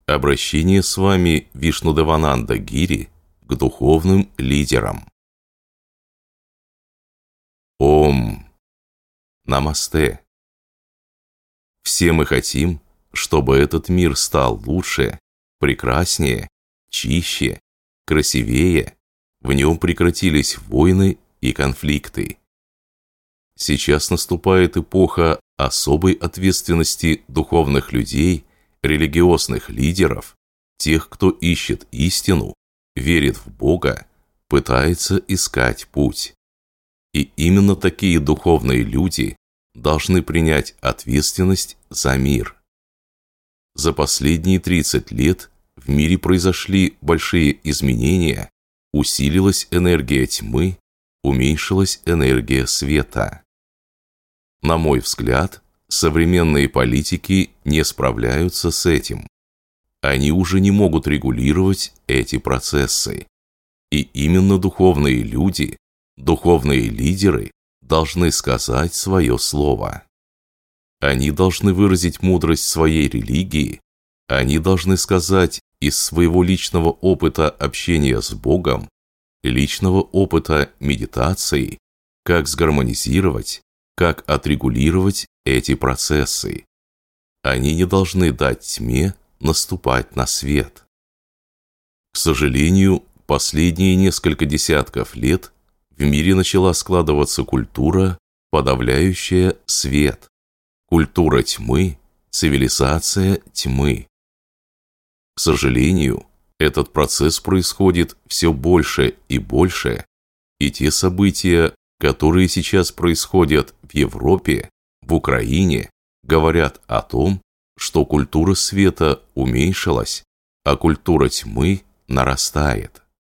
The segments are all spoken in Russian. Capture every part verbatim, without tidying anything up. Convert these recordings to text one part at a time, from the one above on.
Обращение с вами Вишнудевананда Гири к духовным лидерам. Ом. Намасте. Все мы хотим, чтобы этот мир стал лучше, прекраснее, чище, красивее, в нем прекратились войны и конфликты. Сейчас наступает эпоха особой ответственности духовных людей, религиозных лидеров, тех, кто ищет истину, верит в Бога, пытается искать путь. И именно такие духовные люди должны принять ответственность за мир. За последние тридцать лет в мире произошли большие изменения, усилилась энергия тьмы, уменьшилась энергия света. На мой взгляд, современные политики не справляются с этим. Они уже не могут регулировать эти процессы. И именно духовные люди, духовные лидеры должны сказать свое слово. Они должны выразить мудрость своей религии, они должны сказать из своего личного опыта общения с Богом, личного опыта медитации, как сгармонизировать, как отрегулировать эти процессы. Они не должны дать тьме наступать на свет. К сожалению, последние несколько десятков лет в мире начала складываться культура, подавляющая свет, культура тьмы, цивилизация тьмы. К сожалению, этот процесс происходит все больше и больше, и те события, которые сейчас происходят в Европе, в Украине, говорят о том, что культура света уменьшилась, а культура тьмы нарастает.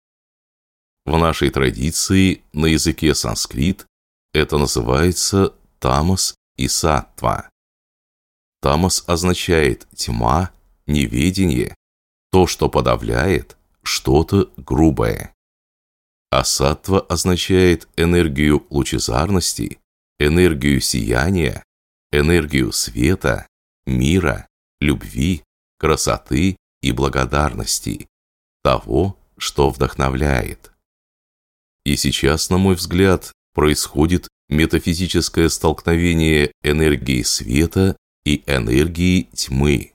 В нашей традиции на языке санскрит это называется тамас и саттва. Тамас означает тьма, неведение, то, что подавляет, что-то грубое. А саттва означает энергию лучезарности, энергию сияния, энергию света, мира, любви, красоты и благодарности, того, что вдохновляет. И сейчас, на мой взгляд, происходит метафизическое столкновение энергии света и энергии тьмы.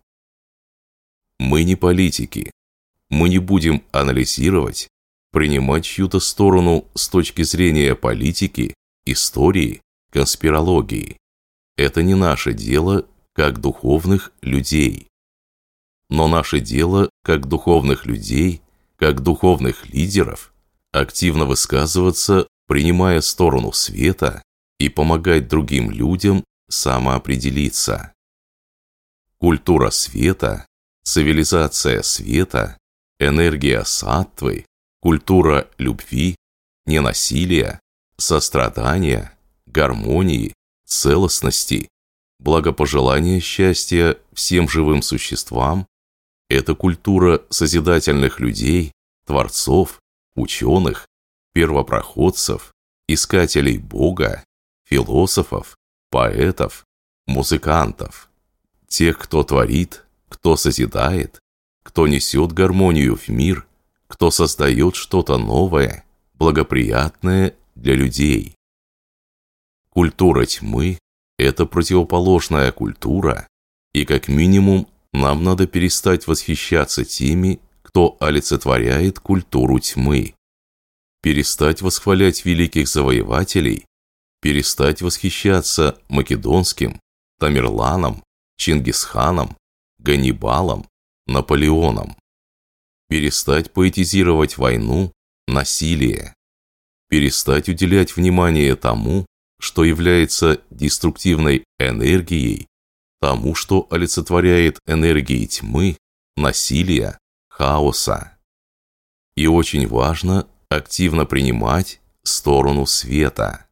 Мы не политики, мы не будем анализировать, принимать чью-то сторону с точки зрения политики, истории, конспирологии. Это не наше дело, как духовных людей. Но наше дело, как духовных людей, как духовных лидеров, активно высказываться, принимая сторону света и помогать другим людям самоопределиться. Культура света, цивилизация света, энергия саттвы, культура любви, ненасилия, сострадания, гармонии, целостности, благопожелания счастья всем живым существам – это культура созидательных людей, творцов, ученых, первопроходцев, искателей Бога, философов, поэтов, музыкантов, тех, кто творит, кто созидает, кто несет гармонию в мир, кто создает что-то новое, благоприятное для людей. Культура тьмы – это противоположная культура, и как минимум нам надо перестать восхищаться теми, кто олицетворяет культуру тьмы. Перестать восхвалять великих завоевателей, перестать восхищаться Македонским, Тамерланом, Чингисханом, Ганнибалом, Наполеоном. Перестать поэтизировать войну, насилие. Перестать уделять внимание тому, что является деструктивной энергией, тому, что олицетворяет энергии тьмы, насилия, хаоса. И очень важно активно принимать сторону света.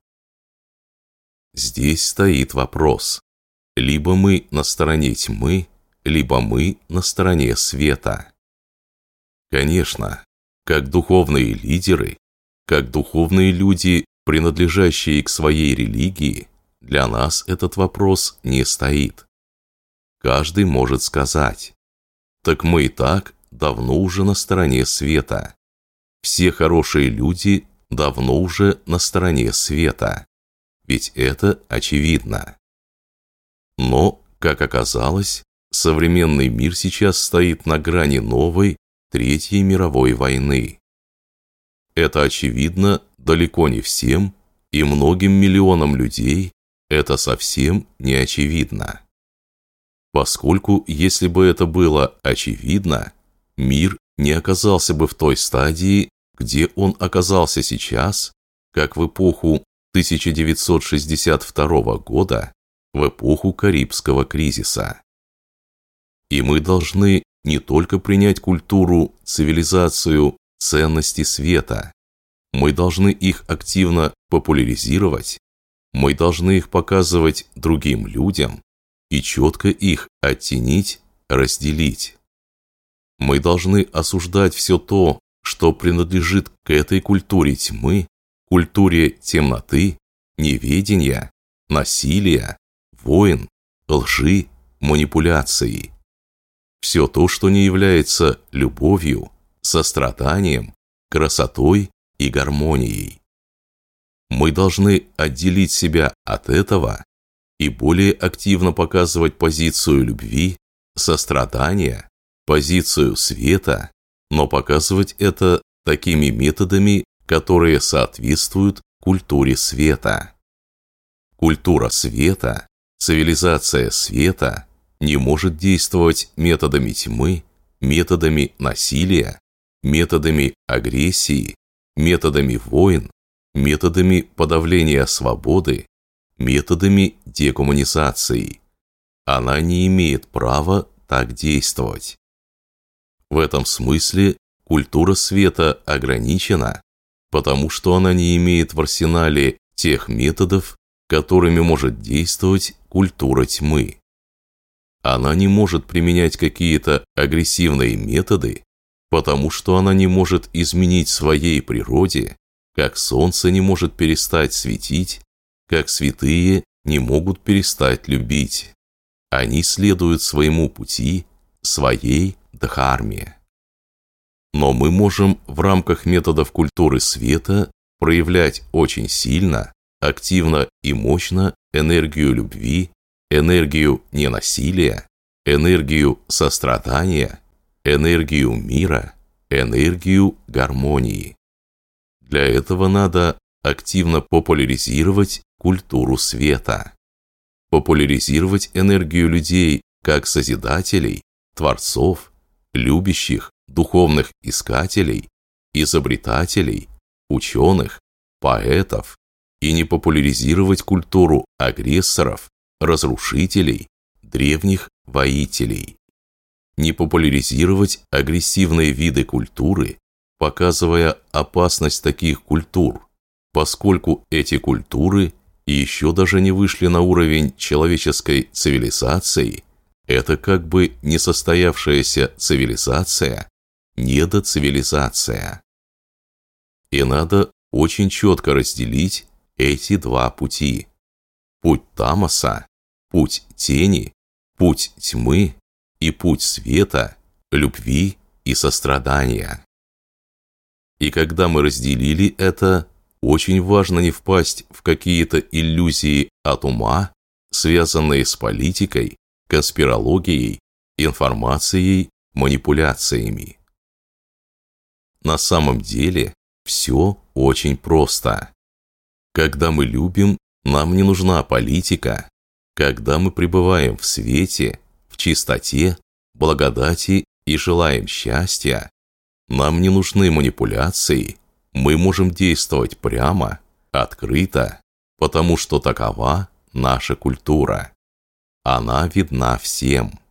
Здесь стоит вопрос. Либо мы на стороне тьмы, либо мы на стороне света. Конечно, как духовные лидеры, как духовные люди, принадлежащие к своей религии, для нас этот вопрос не стоит. Каждый может сказать: так мы и так давно уже на стороне света. Все хорошие люди давно уже на стороне света. Ведь это очевидно. Но, как оказалось, современный мир сейчас стоит на грани новой, Третьей мировой войны. Это очевидно далеко не всем, и многим миллионам людей это совсем не очевидно. Поскольку, если бы это было очевидно, мир не оказался бы в той стадии, где он оказался сейчас, как в эпоху тысяча девятьсот шестьдесят второго года, в эпоху Карибского кризиса. И мы должны не только принять культуру, цивилизацию, ценности света, мы должны их активно популяризировать, мы должны их показывать другим людям и четко их оттенить, разделить. Мы должны осуждать все то, что принадлежит к этой культуре тьмы, культуре темноты, неведения, насилия, войн, лжи, манипуляций. Все то, что не является любовью, состраданием, красотой и гармонией. Мы должны отделить себя от этого и более активно показывать позицию любви, сострадания, позицию света, но показывать это такими методами, которые соответствуют культуре света. Культура света, цивилизация света не может действовать методами тьмы, методами насилия, методами агрессии, методами войн, методами подавления свободы, методами декоммунизации. Она не имеет права так действовать. В этом смысле культура света ограничена, потому что она не имеет в арсенале тех методов, которыми может действовать культура тьмы. Она не может применять какие-то агрессивные методы, потому что она не может изменить своей природе, как солнце не может перестать светить, как святые не могут перестать любить. Они следуют своему пути, своей дхарме. Но мы можем в рамках методов культуры света проявлять очень сильно, активно и мощно энергию любви, энергию ненасилия, энергию сострадания, энергию мира, энергию гармонии. Для этого надо активно популяризировать культуру света. Популяризировать энергию людей как созидателей, творцов, любящих, духовных искателей, изобретателей, ученых, поэтов, и не популяризировать культуру агрессоров, разрушителей, древних воителей. Не популяризировать агрессивные виды культуры, показывая опасность таких культур, поскольку эти культуры еще даже не вышли на уровень человеческой цивилизации, это как бы несостоявшаяся цивилизация, недоцивилизация. И надо очень четко разделить эти два пути. Путь тамаса, путь тени, путь тьмы и путь света, любви и сострадания. И когда мы разделили это, очень важно не впасть в какие-то иллюзии от ума, связанные с политикой, конспирологией, информацией, манипуляциями. На самом деле все очень просто. Когда мы любим, нам не нужна политика. Когда мы пребываем в свете, в чистоте, благодати и желаем счастья, нам не нужны манипуляции, мы можем действовать прямо, открыто, потому что такова наша культура. Она видна всем.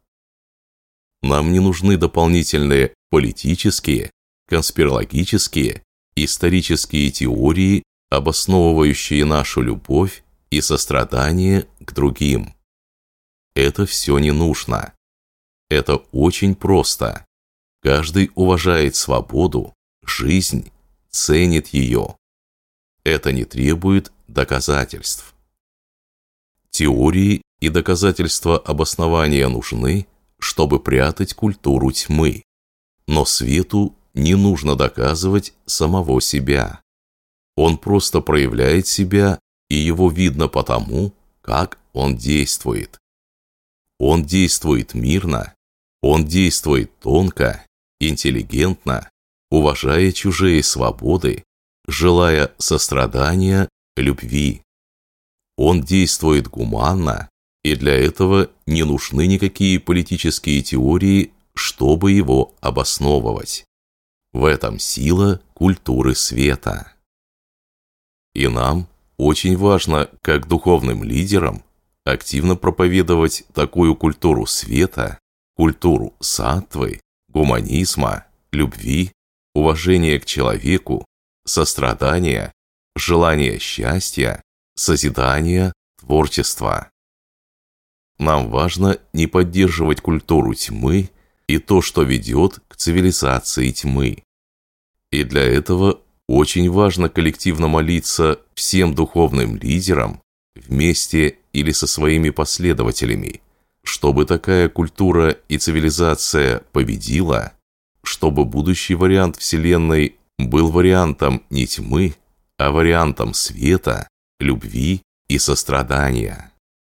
Нам не нужны дополнительные политические, конспирологические, исторические теории, обосновывающие нашу любовь и сострадание к другим. Это все не нужно. Это очень просто. Каждый уважает свободу, жизнь, ценит ее. Это не требует доказательств. Теории и доказательства обоснования нужны, чтобы прятать культуру тьмы. Но свету не нужно доказывать самого себя. Он просто проявляет себя, и его видно потому, как он действует. Он действует мирно, он действует тонко, интеллигентно, уважая чужие свободы, желая сострадания, любви. Он действует гуманно, и для этого не нужны никакие политические теории, чтобы его обосновывать. В этом сила культуры света. И нам очень важно, как духовным лидерам, активно проповедовать такую культуру света, культуру саттвы, гуманизма, любви, уважения к человеку, сострадания, желания счастья, созидания, творчества. Нам важно не поддерживать культуру тьмы и то, что ведет к цивилизации тьмы. И для этого очень важно коллективно молиться всем духовным лидерам вместе или со своими последователями, чтобы такая культура и цивилизация победила, чтобы будущий вариант Вселенной был вариантом не тьмы, а вариантом света, любви и сострадания.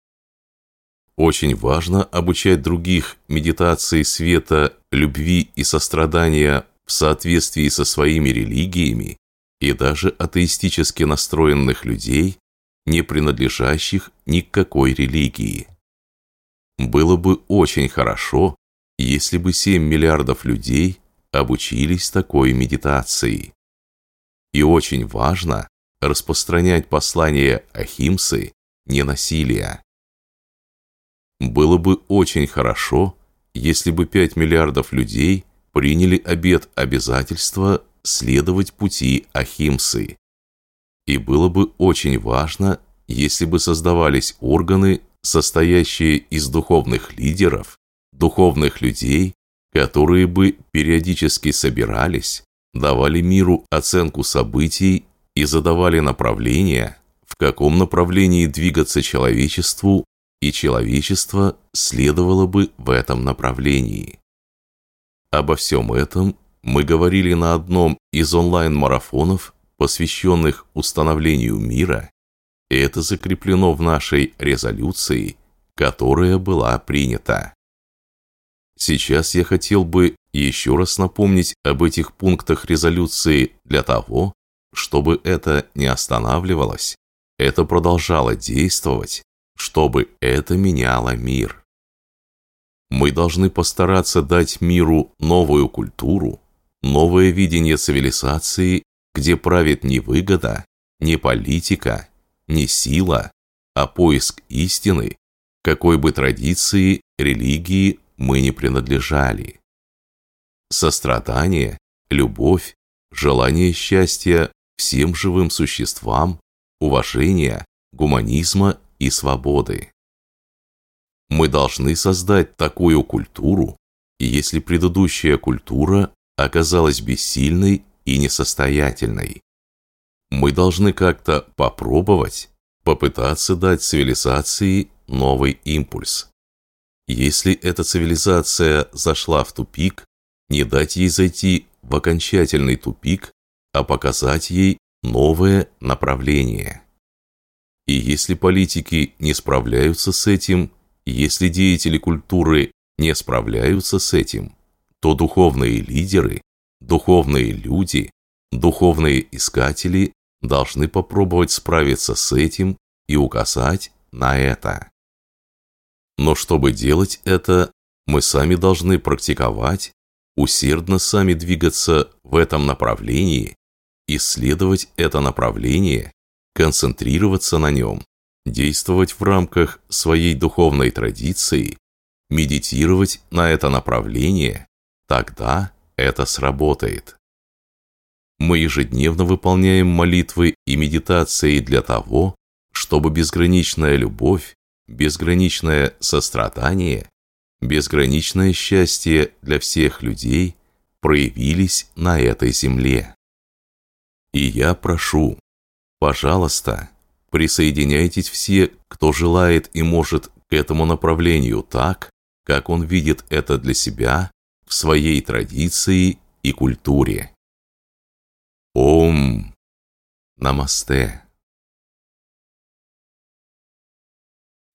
Очень важно обучать других медитации света, любви и сострадания в соответствии со своими религиями и даже атеистически настроенных людей, не принадлежащих ни к какой религии. Было бы очень хорошо, если бы семь миллиардов людей обучились такой медитации. И очень важно распространять послание ахимсы, ненасилия. Было бы очень хорошо, если бы пять миллиардов людей приняли обет обязательства следовать пути ахимсы. И было бы очень важно, если бы создавались органы, состоящие из духовных лидеров, духовных людей, которые бы периодически собирались, давали миру оценку событий и задавали направление, в каком направлении двигаться человечеству, и человечество следовало бы в этом направлении. Обо всем этом мы говорили на одном из онлайн-марафонов, посвященных установлению мира, и это закреплено в нашей резолюции, которая была принята. Сейчас я хотел бы еще раз напомнить об этих пунктах резолюции для того, чтобы это не останавливалось, это продолжало действовать, чтобы это меняло мир. Мы должны постараться дать миру новую культуру, новое видение цивилизации, где правит не выгода, не политика, не сила, а поиск истины, какой бы традиции, религии мы не принадлежали. Сострадание, любовь, желание счастья всем живым существам, уважение, гуманизма и свободы. Мы должны создать такую культуру, и если предыдущая культура оказалась бессильной и несостоятельной, мы должны как-то попробовать, попытаться дать цивилизации новый импульс. Если эта цивилизация зашла в тупик, не дать ей зайти в окончательный тупик, а показать ей новое направление. И если политики не справляются с этим, если деятели культуры не справляются с этим, то духовные лидеры, духовные люди, духовные искатели должны попробовать справиться с этим и указать на это. Но чтобы делать это, мы сами должны практиковать, усердно сами двигаться в этом направлении, исследовать это направление, концентрироваться на нем, действовать в рамках своей духовной традиции, медитировать на это направление, тогда это сработает. Мы ежедневно выполняем молитвы и медитации для того, чтобы безграничная любовь, безграничное сострадание, безграничное счастье для всех людей проявились на этой земле. И я прошу, пожалуйста, присоединяйтесь все, кто желает и может к этому направлению так, как он видит это для себя в своей традиции и культуре. Ом. Намасте.